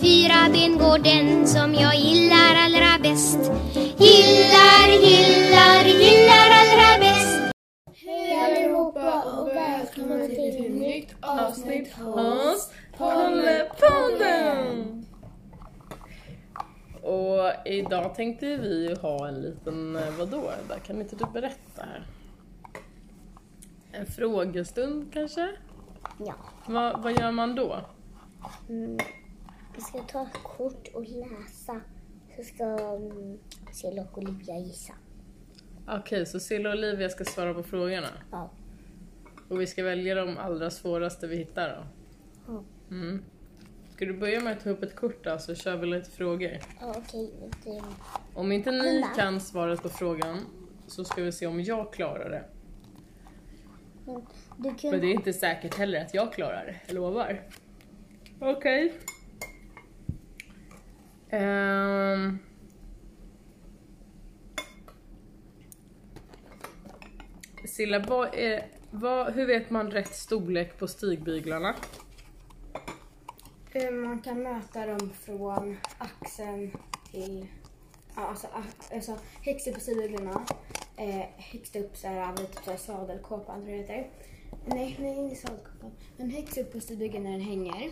4 ben går den som jag gillar allra bäst. Gillar allra bäst. Hej allihopa och välkomna till ett nytt avsnitt hos Pollepodden! Och idag tänkte vi ju ha en liten, där kan inte du berätta här? En frågestund kanske? Ja. Vad gör man då? Vi ska ta ett kort och läsa. Så ska Silla och Olivia gissa. Okej, så Silla och Olivia ska svara på frågorna? Ja. Och vi ska välja de allra svåraste vi hittar då? Ja. Ska du börja med att ta upp ett kort då, så kör vi lite frågor? Ja, okej. Om inte ni kan svaret på frågan så ska vi se om jag klarar det. Men det är inte säkert heller att jag klarar det, jag lovar. Okej. Silla, hur vet man rätt storlek på stigbyglarna? Man kan mäta dem från axeln till alltså högst upp på stigbyglarna. Högst upp så är det typ sadelkåpan, tror jag det heter. Nej, inte sadelkåpan. Men högst upp på stigbyglarna när den hänger.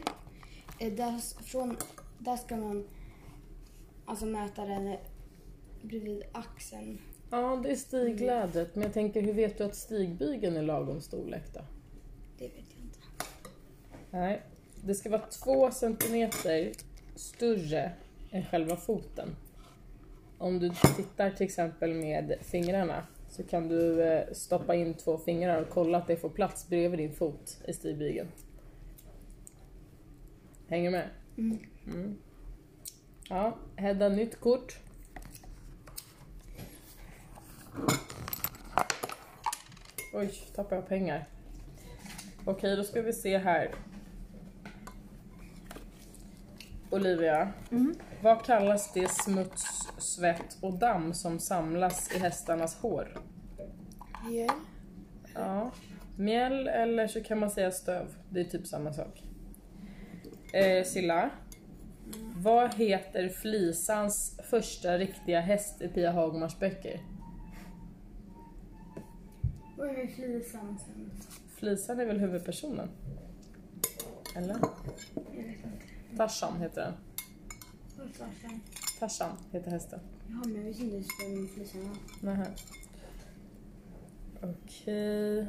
Där ska man alltså mäta den bredvid axeln. Ja, det är stiglädret. Men jag tänker, hur vet du att stigbygeln är lagom storlek då? Det vet jag inte. Nej, det ska vara 2 centimeter större än själva foten. Om du tittar till exempel med fingrarna så kan du stoppa in 2 fingrar och kolla att det får plats bredvid din fot i stigbygeln. Hänger med? Ja, Hedda, nytt kort. Oj, tappar jag pengar. Okej, då ska vi se här. Olivia, vad kallas det smuts, svett och damm som samlas i hästarnas hår? Mjöl. Ja, mjäll eller så kan man säga stöv. Det är typ samma sak. Silla, vad heter Flisans första riktiga häst i Pia Hagmars böcker? Vad är Flisan sen? Flisan är väl huvudpersonen? Eller? Jag vet inte. Tarzan heter den. Vad är Tarzan? Tarzan heter hästen. Ja, men jag vet inte hur Flisan var. Nähä. Okej.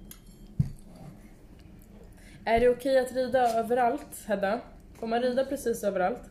Är det okej att rida överallt, Hedda? Får man rida precis överallt?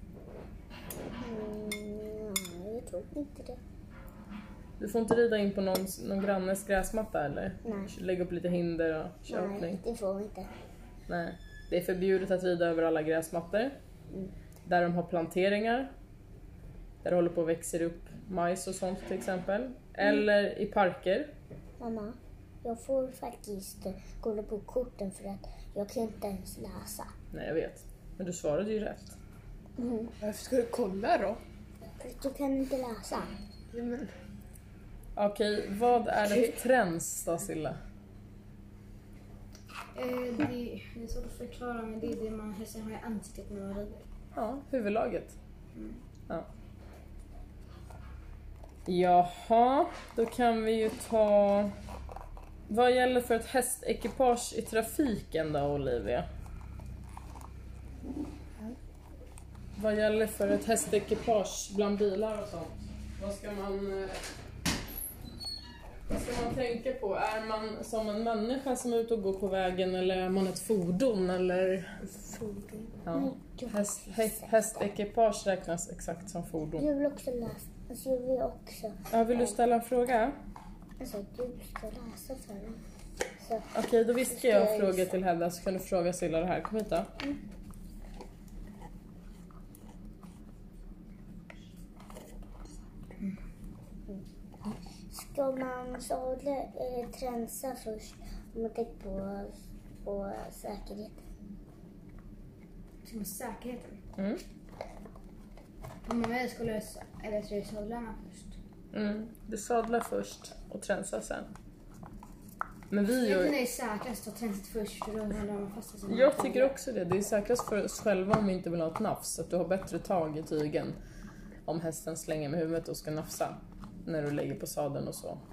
Nej, jag tror inte det. Du får inte rida in på någon grannes gräsmatta eller? Nej. Lägga upp lite hinder och körning? Nej, det får vi inte. Nej. Det är förbjudet att rida över alla gräsmattor. Där de har planteringar. Där det håller på och växer upp majs och sånt till exempel. Eller i parker. Mamma, jag får faktiskt kolla på korten för att jag kan inte ens läsa. Nej, jag vet. Men du svarade ju rätt. Varför ska du kolla då? För att jag kan inte läsa. Okej, vad är ett träns då, Silla? Det är svårt att förklara, men det är det man hästen har i ansiktet när man rider. Ja, huvudlaget. Ja. Jaha, då kan vi ju ta... Vad gäller för ett hästekipage i trafiken då, Olivia? Vad gäller för ett hästekipage bland bilar och sånt? Vad ska man tänka på? Är man som en människa som är ute och går på vägen, eller är man ett fordon? Eller... Fordon. Ja. Hästekipage räknas exakt som fordon. Jag vill också läsa. Alltså jag vill också. Ja, vill du ställa en fråga? Alltså du ska läsa för mig. Okej, då viskar jag frågor till Hedda så kan du fråga Silla det här. Kom hit då. Ska man sadla eller tränsa först om man tänker på säkerheten? Som säkerheten. Mm. Om man väl skulle eller sadlarna först. Du sadlar först och tränsa sen. Men vi Jag gör... tycker det är säkrast att tränsa först och då håller de fast sig. Jag tycker också det. Det är säkrast för oss själva om vi inte vill ha ett nafs. Att du har bättre tag i tygen om hästen slänger med huvudet och ska nafsa när du lägger på sadeln och så.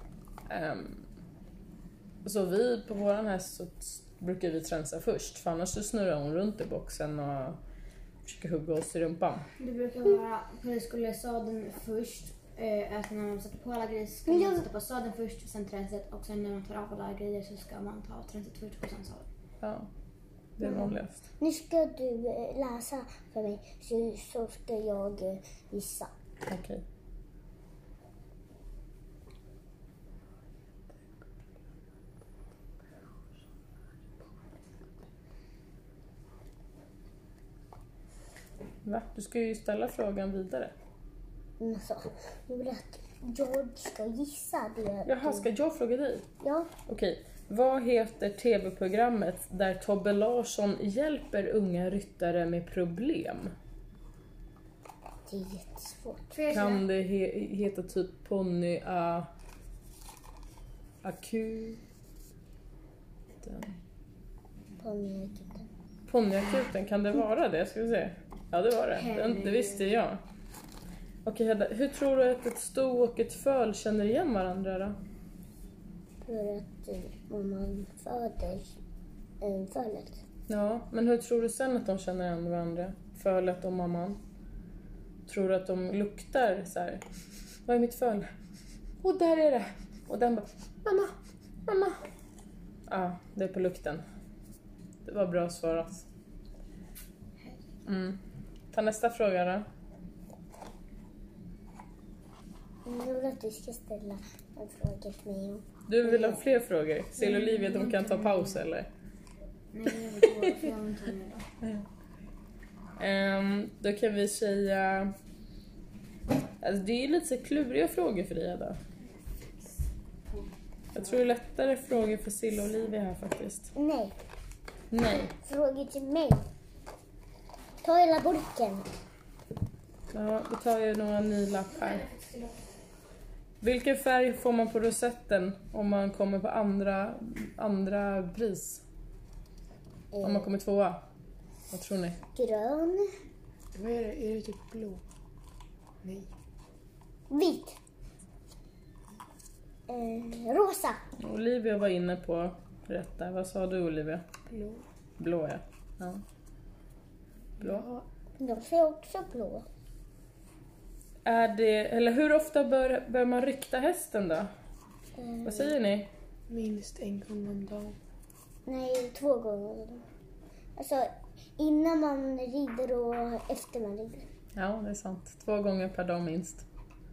Så vi på våran häst så brukar vi tränsa först. För annars så snurrar hon runt i boxen och försöker hugga oss i rumpan. Det brukar vara på det skulle sadeln först. Att när man sätter på alla grejer så ska man sätta på sadeln först, sen tränset. Och sen när man tar av alla grejer så ska man ta tränset först och sen sadeln. Ja, det är vanligast. Nu ska du läsa för mig så ska jag gissa. Okej. Va? Du ska ju ställa frågan vidare. Men så, jag vill att jag ska gissa det. Jaha, ska jag fråga dig? Ja, Okej. Vad heter tv-programmet där Tobbe Larsson hjälper unga ryttare med problem? det är jättesvårt. Kan det heta typ Ponny Akuten? Ponnyakuten, kan det vara det? Ska vi se. Ja, det var det. Det visste jag. Okej, Hedda, hur tror du att ett sto och ett föl känner igen varandra då? För att om man föder fölet. Ja, men hur tror du sen att de känner igen varandra? Fölet och mamman. Tror du att de luktar så här? Vad är mitt föl? Och där är det. Och den bara, mamma. Ja, det är på lukten. Det var bra svarat. Ta nästa fråga då. Jag vill att du ska ställa en fråga till mig. Du vill ha fler frågor? Sil och Olivia, de kan ta paus eller? Nej, jag vill gå för jag har inte med då. Då kan vi säga... Alltså det är lite så kluriga frågor för dig då. Jag tror det är lättare frågor för Sil och Olivia här faktiskt. Nej, frågor till mig. Ta hela burken. Ja, då tar jag några nylapp här. Vilken färg får man på rosetten om man kommer på andra pris? Om man kommer tvåa? Vad tror ni? Grön. Vad är det? Är det typ blå? Nej. Vit. Rosa. Olivia var inne på rätt där. Vad sa du, Olivia? Blå. Blå, ja. Blå. Ja. Jag säger också blå. Är det, eller hur ofta bör man rykta hästen då? Vad säger ni? Minst en gång om dagen. Nej, 2 gånger. Alltså innan man rider och efter man rider. Ja, det är sant. 2 gånger per dag minst.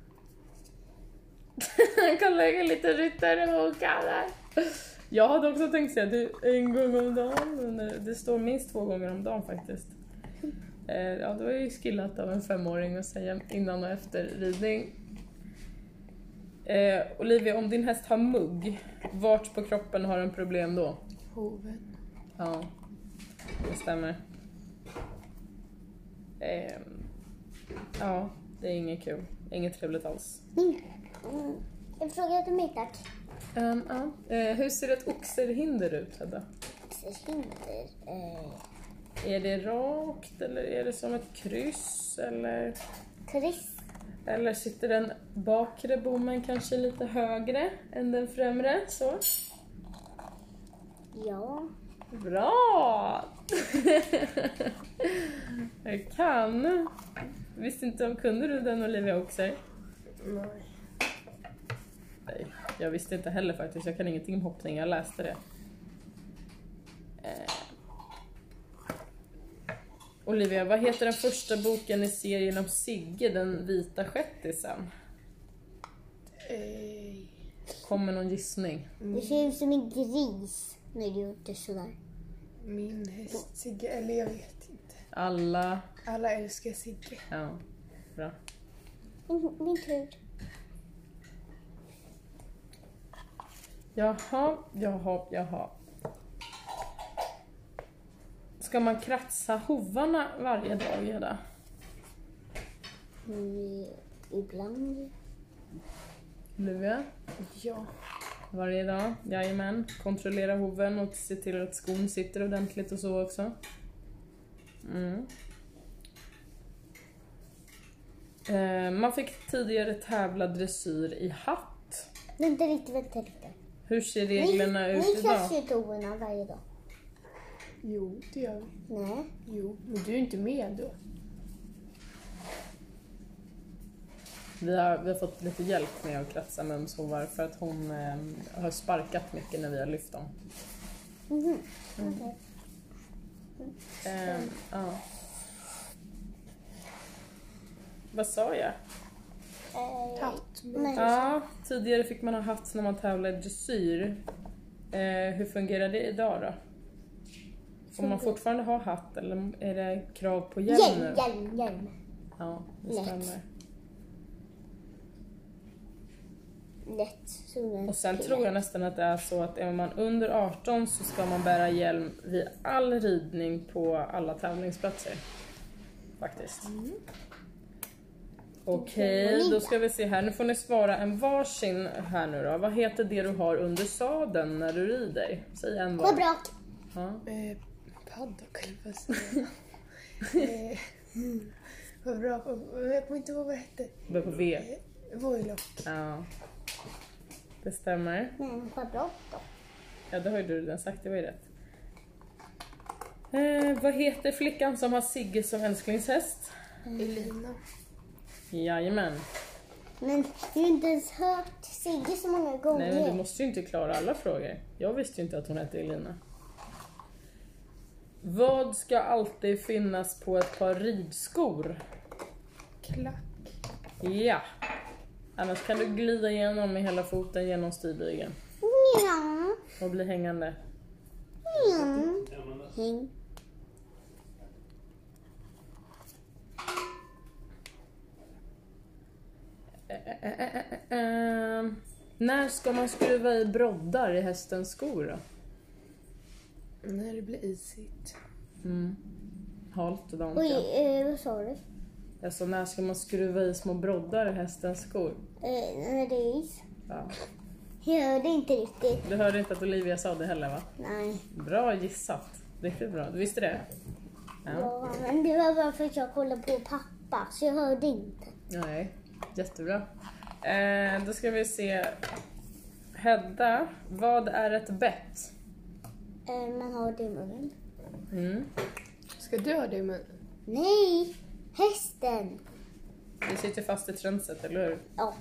Han kan lägga lite ryttare och kallar. Jag hade också tänkt säga det en gång om dagen. Men det står minst 2 gånger om dagen faktiskt. Ja, det var ju skillat av en 5-åring att säga innan och efter ridning. Olivia, om din häst har mugg, vart på kroppen har den problem då? Hoven. Ja, det stämmer. Ja, det är inget kul. Inget trevligt alls. En fråga till mig, tack. Hur ser ett oxerhinder ut, Hedda? Hinder. Är det rakt eller är det som ett kryss? Kryss. Eller sitter den bakre bommen kanske lite högre än den främre? Så. Ja. Bra! Jag kan. Visste inte om kunde du den, Olivia Oxer? Nej. Nej, jag visste inte heller faktiskt. Jag kan ingenting om hoppning, jag läste det. Olivia, vad heter den första boken i serien om Sigge, den vita skettisen? Kommer någon gissning? Det ser ut som en gris när du gjorde sådär. Min häst Sigge, eller jag vet inte. Alla älskar Sigge. Ja, bra. Min tur. Jaha. Ska man kratsa hovarna varje dag, Hedda? Ibland. Olivia? Ja. Varje dag, jajamän. Kontrollera hoven och se till att skon sitter ordentligt och så också. Man fick tidigare tävla dressyr i hatt. Vänta lite. Hur ser reglerna ut Ni idag? krossar ju toorna varje dag. Jo, det gör vi. Nej. Jo, men du är inte med då. Vi har fått lite hjälp med att kratsa Mums hovar för att hon har sparkat mycket när vi har lyft dem. Okej. Ja. Vad sa jag? Hatt. Nej. Ja, tidigare fick man ha hatt när man tävlade i dressyr. Hur fungerar det idag då? Får man fortfarande ha hatt eller är det krav på hjälm nu? Hjälm. Ja, det Lätt. stämmer. Lätt. Och sen tror jag nästan att det är så att är man under 18 så ska man bära hjälm vid all ridning på alla tävlingsplatser. Faktiskt. Okej, då ska vi se här. Nu får ni svara en varsin här nu då. Vad heter det du har under sadeln när du rider? Säg en var. Skabrak. Ja. Paddock eller vad säger jag? Vad bra. Jag kommer inte ihåg vad det hette. Börjar på V. Voilock. Ja. Det stämmer. Skabrak då. Ja, det har ju du redan sagt. Det var ju rätt. Vad heter flickan som har Sigge som älsklingshäst? Elina. Jajamän. Men du har inte ens hört Sigge så många gånger. Nej, men du måste ju inte klara alla frågor. Jag visste ju inte att hon hette Elina. Vad ska alltid finnas på ett par ridskor? Klack. Ja. Annars kan du glida igenom med hela foten genom stigbygeln Ja. och bli hängande. Häng. När ska man skruva i broddar i hästens skor då? När det blir isigt. Halt och dant. Oj, vad sa du? Alltså när ska man skruva i små broddar i hästens skor? När det är is. Ja. Jag hörde inte riktigt. Du hörde inte att Olivia sa det heller va? Nej. Bra gissat. Riktigt bra. Du visste det? Ja. Ja, men det var bara för att jag kollade på pappa, så jag hörde inte. Nej, jättebra. Då ska vi se. Hedda, vad är ett bett? Man har det i munnen. Ska du ha det i munnen? Nej, hästen. Det sitter fast i tränset, eller hur? Ja.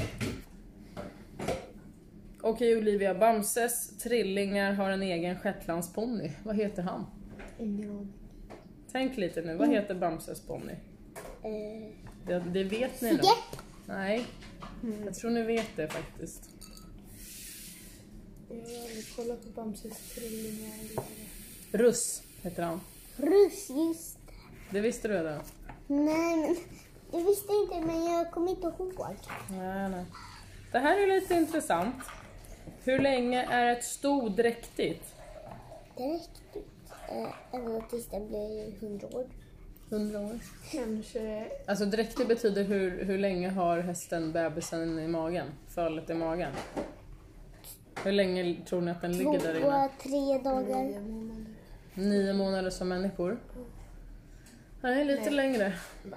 Okej Olivia, Bamses trillingar har en egen shetlandsponny. Vad heter han? Ingen aning. Tänk lite nu, vad heter Bamses ponny? Det vet ni nog. Sigge. Nej, jag tror ni vet det faktiskt. Jag vill kolla på Bamses trillingar. Russ heter han. Russ, just. Det visste du då? Nej, men jag visste inte, men jag kommer inte ihåg. Nej. Det här är lite intressant. Hur länge är ett sto dräktigt? Direkt. Ända tills den blir 100 år. 100 år. Kanske Alltså dräktig betyder hur länge har hästen bebisen i magen? Fölet i magen. Hur länge tror ni att den ligger där inne? 2-3 dagar. 9 månader. 9 månader som människor. Nej, lite längre.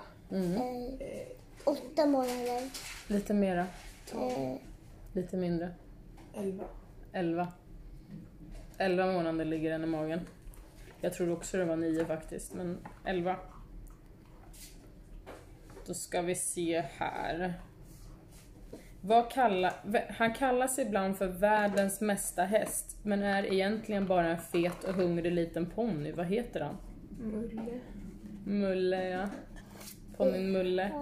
8 månader. Lite mera. 12. Lite mindre. 11. 11. 11 månader ligger den i magen. Jag tror också det var 9 faktiskt, men 11. Då ska vi se här. Han kallas ibland för världens mesta häst, men är egentligen bara en fet och hungrig liten ponny. Vad heter han? Mulle. Mulle, ja. Ponnyn Mulle.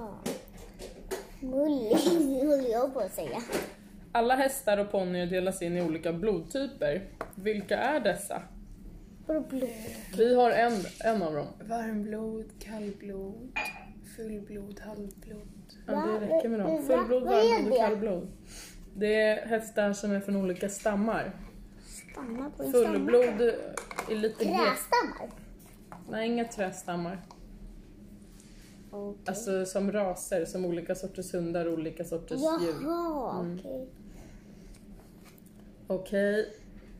Mullig håller jag på att säga. Alla hästar och ponnyer delas in i olika blodtyper. Vilka är dessa? Blod. Vi har en av dem. Varmblod, kallblod, fullblod, halvblod. Ja, det räcker med dem. Fullblod, Vad är varmblod och det? kallblod. Det är hästar som är från olika stammar. Stanna på en Fullblod är lite trästammar. Nej, inga trästammar. Alltså som raser, som olika sorters hundar och olika sorters djur. Jaha, okej. Okej.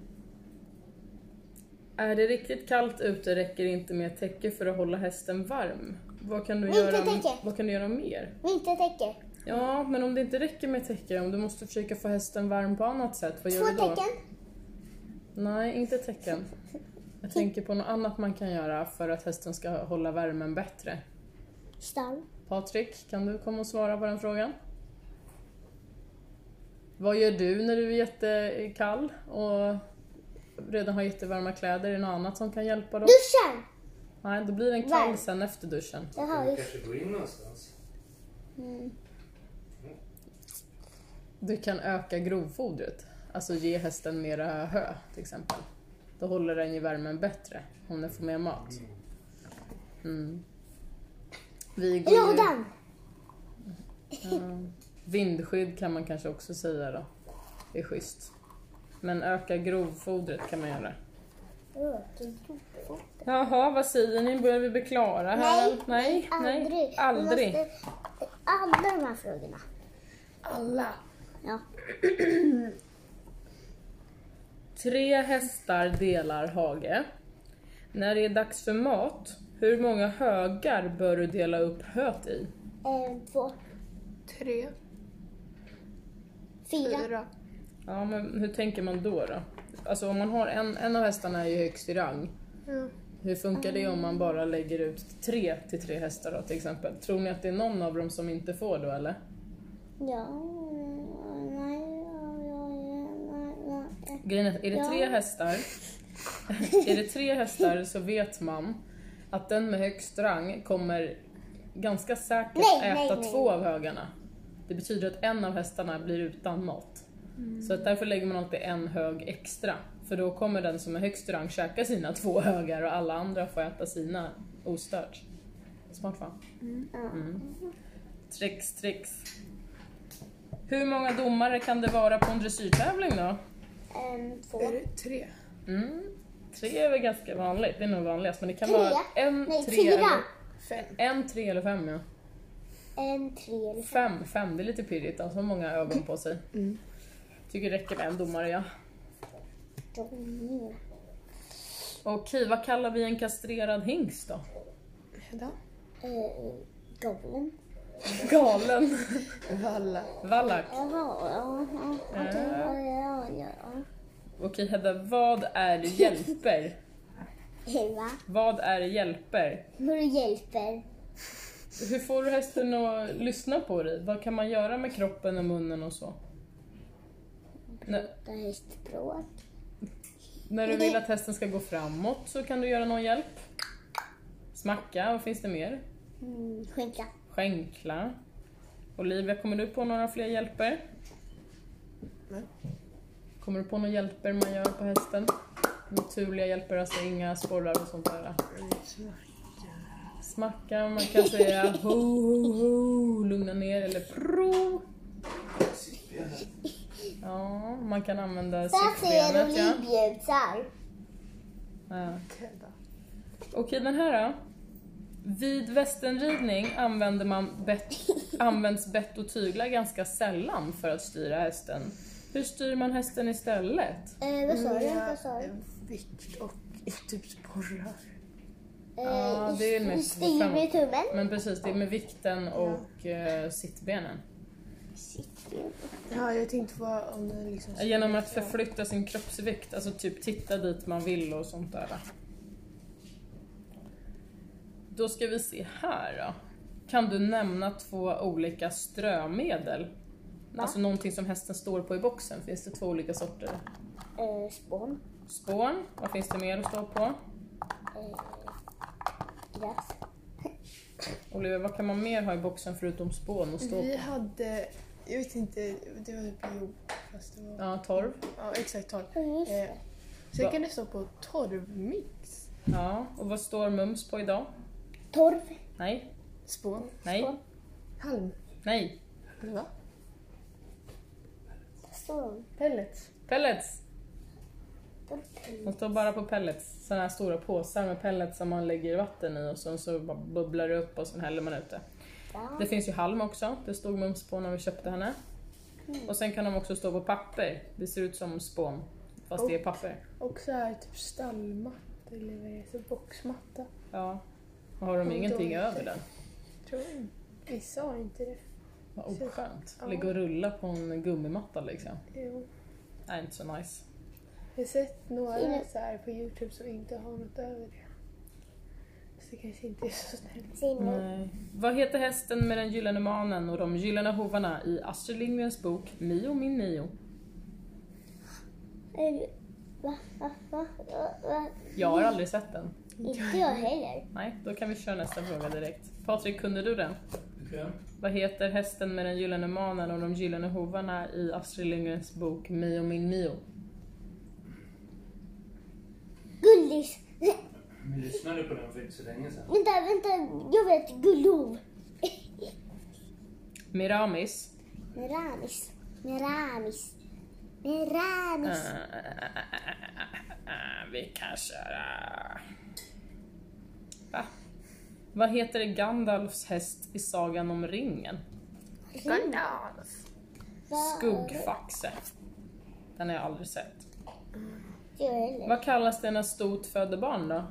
Är det riktigt kallt ute räcker inte med täcke för att hålla hästen varm. Vad kan du göra mer? Vintertäcke. Ja, men om det inte räcker med täcke, om du måste försöka få hästen varm på annat sätt, vad gör du då? 2 tecken. Nej, inte tecken. Jag tänker på något annat man kan göra för att hästen ska hålla värmen bättre. Stall. Patrik, kan du komma och svara på den frågan? Vad gör du när du är jättekall och redan har jättevarma kläder? Är det något annat som kan hjälpa då? Duschen. Nej, då blir den kall sen efter duschen. Jaha, Du just. kanske går in någonstans. Du kan öka grovfodret. Alltså ge hästen mera hö till exempel. Då håller den ju värmen bättre om den får mer mat. Vi går ju... Lådan. Vindskydd kan man kanske också säga då. Det är schysst. Men öka grovfodret kan man göra. Jaha, vad säger ni? Börjar vi bli klara här? Nej. Aldrig. Vi måste, alla de här frågorna. Alla. Ja. 3 hästar delar hage. När det är dags för mat, hur många högar bör du dela upp höet i? 2, 3, 4. 4. Ja, men hur tänker man då? Alltså om man har en av hästarna är ju högst i rang. Ja. Hur funkar det om man bara lägger ut 3 till 3 hästar då till exempel? Tror ni att det är någon av dem som inte får då eller? Ja. Nej. Grejen är det 3 hästar? Är det 3 hästar så vet man att den med högst rang kommer ganska säkert äta 2 av högarna. Det betyder att en av hästarna blir utan mat. Så att därför lägger man alltid en hög extra. För då kommer den som är högst rang käka sina 2 högar och alla andra får äta sina ostört. Smart va? Tricks. Hur många domare kan det vara på en dressyrtävling då? 2. Är det 3? 3 är väl ganska vanligt, det är nog vanligast. Men det kan 3? vara 4. 5. 3 eller 5 ja. 3 eller 5. 5, det är lite pirrigt, alltså många ögon på sig. Tycker det räcker med en domare, ja. Okej, vad kallar vi en kastrerad hingst då? Hedda. Goblen. Galen. Valla. Vallack. Jaha, ja. Okej Hedda, vad är hjälper? Va? Vad är hjälper? Hur hjälper? Hur får du hästen att lyssna på dig? Vad kan man göra med kroppen och munnen och så? Prata hästspråk. När du vill att hästen ska gå framåt så kan du göra någon hjälp. Smacka, vad finns det mer? Skänkla. Skänkla. Olivia, kommer du på några fler hjälper? Nej. Kommer du på några hjälper man gör på hästen? Naturliga hjälper, alltså inga sporrar och sånt där. Smacka, man kan säga ho, ho, ho, lugna ner eller pro. Ja, man kan använda Där ser sittbenet, ja. olivbjudar. Ja. Hedda. Okej, den här då. Vid västernridning används bett och tyglar ganska sällan för att styra hästen. Hur styr man hästen istället? Vad sa du? Vikt och typ sporrar. Ja, det är mest Styr med framåt. tummen. Men precis, det är med vikten och sittbenen. Ja, jag tänkte på om det liksom... Genom att förflytta sin kroppsvikt, alltså typ titta dit man vill och sånt där. Då ska vi se här då. Kan du nämna 2 olika strömedel? Alltså någonting som hästen står på i boxen. Finns det 2 olika sorter? Spån. Spån. Vad finns det mer att stå på? Gräs. Olivia, vad kan man mer ha i boxen förutom spån och stå Vi på? hade... Jag vet inte, det var typ jord. Fast det var... Ja, torv. Ja, exakt torv. Just det. Sen kan det stå på torvmix. Ja, och vad står mums på idag? Torv. Nej, Spån. nej, Halm. nej. Eller va? Så. Pellets. Pellets. De står bara på pellets. Sådana här stora påsar med pellets som man lägger vatten i och så bara bubblar det upp och sen häller man ut det. Det finns ju halm också. Det stod mums på när vi köpte henne. Och sen kan de också stå på papper. Det ser ut som spån, fast det är papper. Och så här typ stallmatta eller vad är det, så boxmatta. Ja. Och har de ingenting över den? Tror jag. Vissa har inte det. Vad oskönt. Ja. Ligga och rulla på en gummimatta liksom. Jo. Nej, inte så nice. Jag har sett några så här på YouTube som inte har något över det. Så det kanske inte är så snällt. Nej. Vad heter hästen med den gyllene manen och de gyllene hovarna i Astrid Lindgrens bok Mio min Mio? Va? Jag har aldrig sett den. Inte jag heller. Nej, då kan vi köra nästa fråga direkt. Patrik, kunde du den? Vad heter hästen med den gyllene manen och de gyllene hovarna i Astrid Lindgrens bok Mio min Mio? Gullis. Vi lyssnade på den för inte så länge sedan. Vänta. Jag vet. Gullov. Miramis. Meramis. Vi kan köra. Va? Vad heter Gandalfs häst i sagan om ringen? Gandalf. Skuggfaxe. Den har jag aldrig sett. Jag heller. Vad kallas det när stort föder barn då?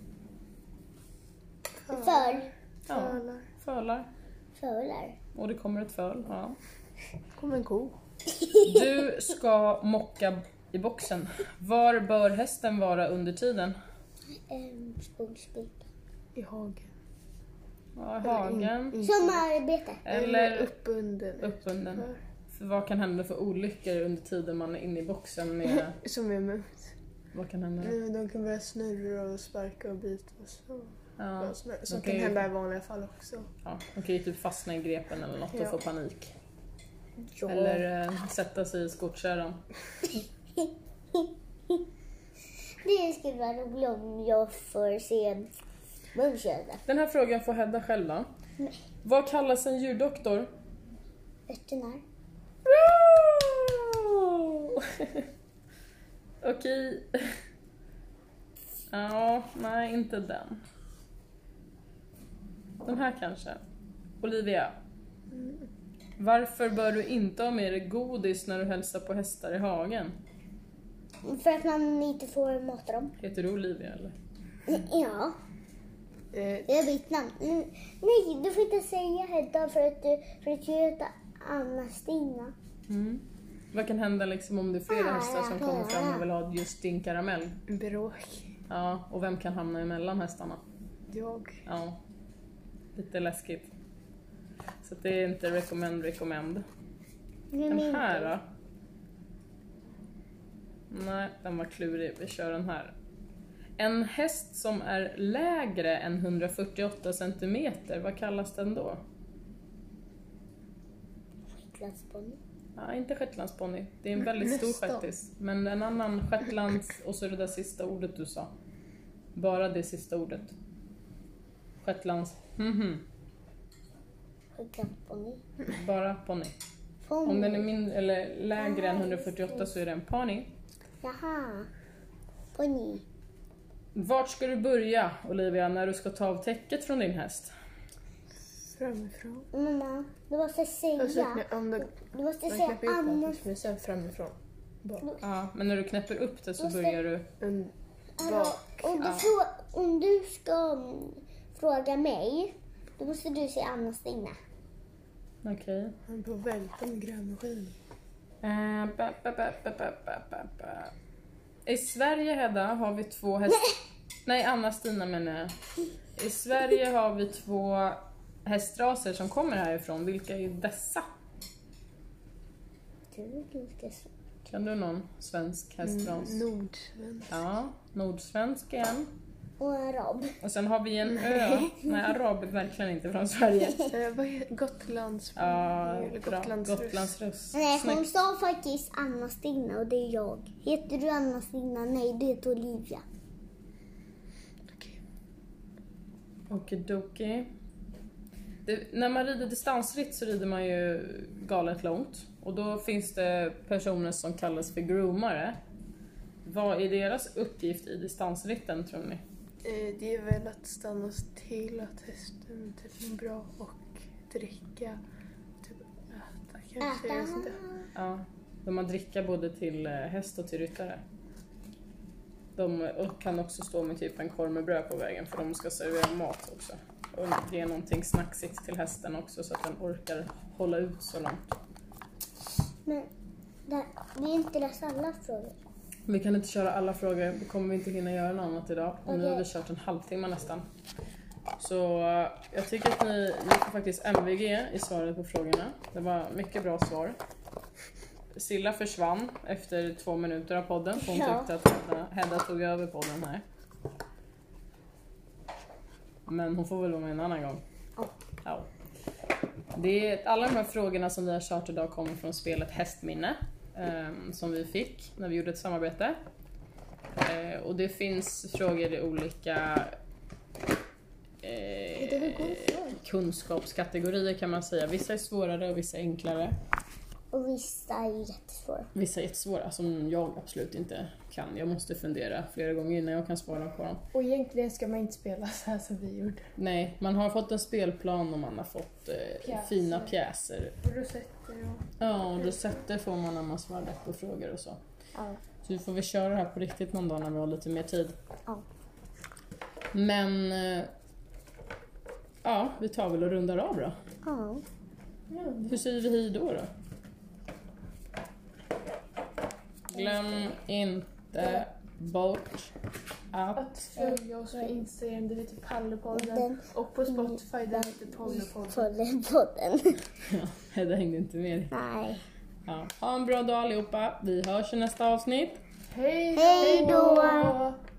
Föl. Ja, fölar. Fölar. Och det kommer ett föl, ja. Kom en ko. Du ska mocka i boxen. Var bör hästen vara under tiden? Skogsbiten. I hagen. Ja, i hagen. Sommararbete. Eller uppbunden. uppbunden. För vad kan hända för olyckor under tiden man är inne i boxen med... Som är mus. Vad kan hända? De kan börja snurra och sparka och bita och så. Ja, Som kan hända i vanliga fall också. ja, de kan ju typ fastna i grepen eller något och Ja. få panik. Ja. Eller sätta sig i skottkärran. Det skulle vara roligt om jag får se munköda. Den här frågan får Hedda själv då. Vad kallas en djurdoktor? Veterinär. Okej. Ja, nej, inte den. Den här kanske. Olivia. Varför bör du inte ha med dig godis när du hälsar på hästar i hagen? För att man inte får mata dem. Heter du Olivia eller? Ja, det är mitt namn. Nej, du får inte säga Hedda för att jag heter Anna-Stina. Vad kan hända liksom om det är flera hästar som kommer fram och vill ha just din karamell? Bråk. Ja, och vem kan hamna emellan hästarna? Jag. Ja, lite läskigt. Så det är inte recommend. Den här då? Nej, den var klurig. Vi kör den här. En häst som är lägre än 148 centimeter, vad kallas den då? Shetlandsponny. Ja, inte shetlandsponny. Det är en väldigt stor Nästan. shettis. Men en annan shetlands och så det där sista ordet du sa. Bara det sista ordet. Shetlands. Shetlandsponny. Bara ponny. Om den är mindre eller lägre än 148 så är det en pony. Jaha. Ponny. Vart ska du börja, Olivia, när du ska ta av täcket från din häst? Framifrån. Mamma, du måste säga. Alltså, om Du måste man säga knäpper upp Anna. allt, men sen framifrån. Bak. Ja, men när du knäpper upp det så Måste- börjar du... Bak. Om du ska fråga mig, då måste du säga Anna-Stina. Okej. Han får välta med grävmaskin. I Sverige, Hedda, har vi 2 hästar... Nej, Anna-Stina menar jag. I Sverige har vi 2 hästraser som kommer härifrån. Vilka är dessa? Det är ganska svårt. Kan du någon svensk hästras? Nordsvensk. Ja, nordsvensk igen. Och arab. Och sen har vi en ö. Nej, arab är verkligen inte från Sverige. Vad heter Gotlands? Ja, eller bra. Gotlandsruss. Gotlandsruss. Nej, hon Snyggt. sa faktiskt Anna-Stina och det är jag. Heter du Anna-Stina? Nej, det heter Olivia. Okej. Okidoki. När man rider distansritt så rider man ju galet långt. Och då finns det personer som kallas för groomare. Vad är deras uppgift i distansritten, tror ni? Det är väl att stanna till, att hästen typ mår bra och dricka, typ äta kanske. Jag vet inte. Ja, de har dricka både till häst och till ryttare. De kan också stå med typ en korv med bröd på vägen för de ska servera mat också. Och ge någonting snacksigt till hästen också så att den orkar hålla ut så långt. Men vi är inte läst alla frågor. Vi kan inte köra alla frågor, då kommer vi inte hinna göra något annat idag. Och nu har vi kört en halvtimme nästan. Så jag tycker att ni får faktiskt MVG i svaret på frågorna. Det var mycket bra svar. Silla försvann efter 2 minuter av podden. Hon tyckte att Hedda tog över podden här. Men hon får väl vara med en annan gång. Ja. Alla de här frågorna som vi har kört idag kommer från spelet Hästminne. Som vi fick när vi gjorde ett samarbete. Och det finns frågor i olika kunskapskategorier kan man säga. Vissa är svårare och vissa är enklare. Och vissa är jättesvåra. Vissa är jättesvåra som jag absolut inte kan. Jag måste fundera flera gånger innan jag kan svara på dem. Och egentligen ska man inte spela så här som vi gjorde. Nej, man har fått en spelplan och man har fått fina pjäser. Och rosetter och... Ja, och rosetter får man när man svarar rätt på frågor och så. Ja. Så vi får väl köra det här på riktigt någon dag när vi har lite mer tid. Ja. Men ja, vi tar väl och rundar av då. Ja. Hur säger vi hej då? Glöm inte bort att följa oss på Instagram, det heter Pallepodden. Och på Spotify, det heter Pollepodden. Ja, Hedda hängde inte med. Nej. Ja, ha en bra dag allihopa. Vi hörs i nästa avsnitt. Hej då!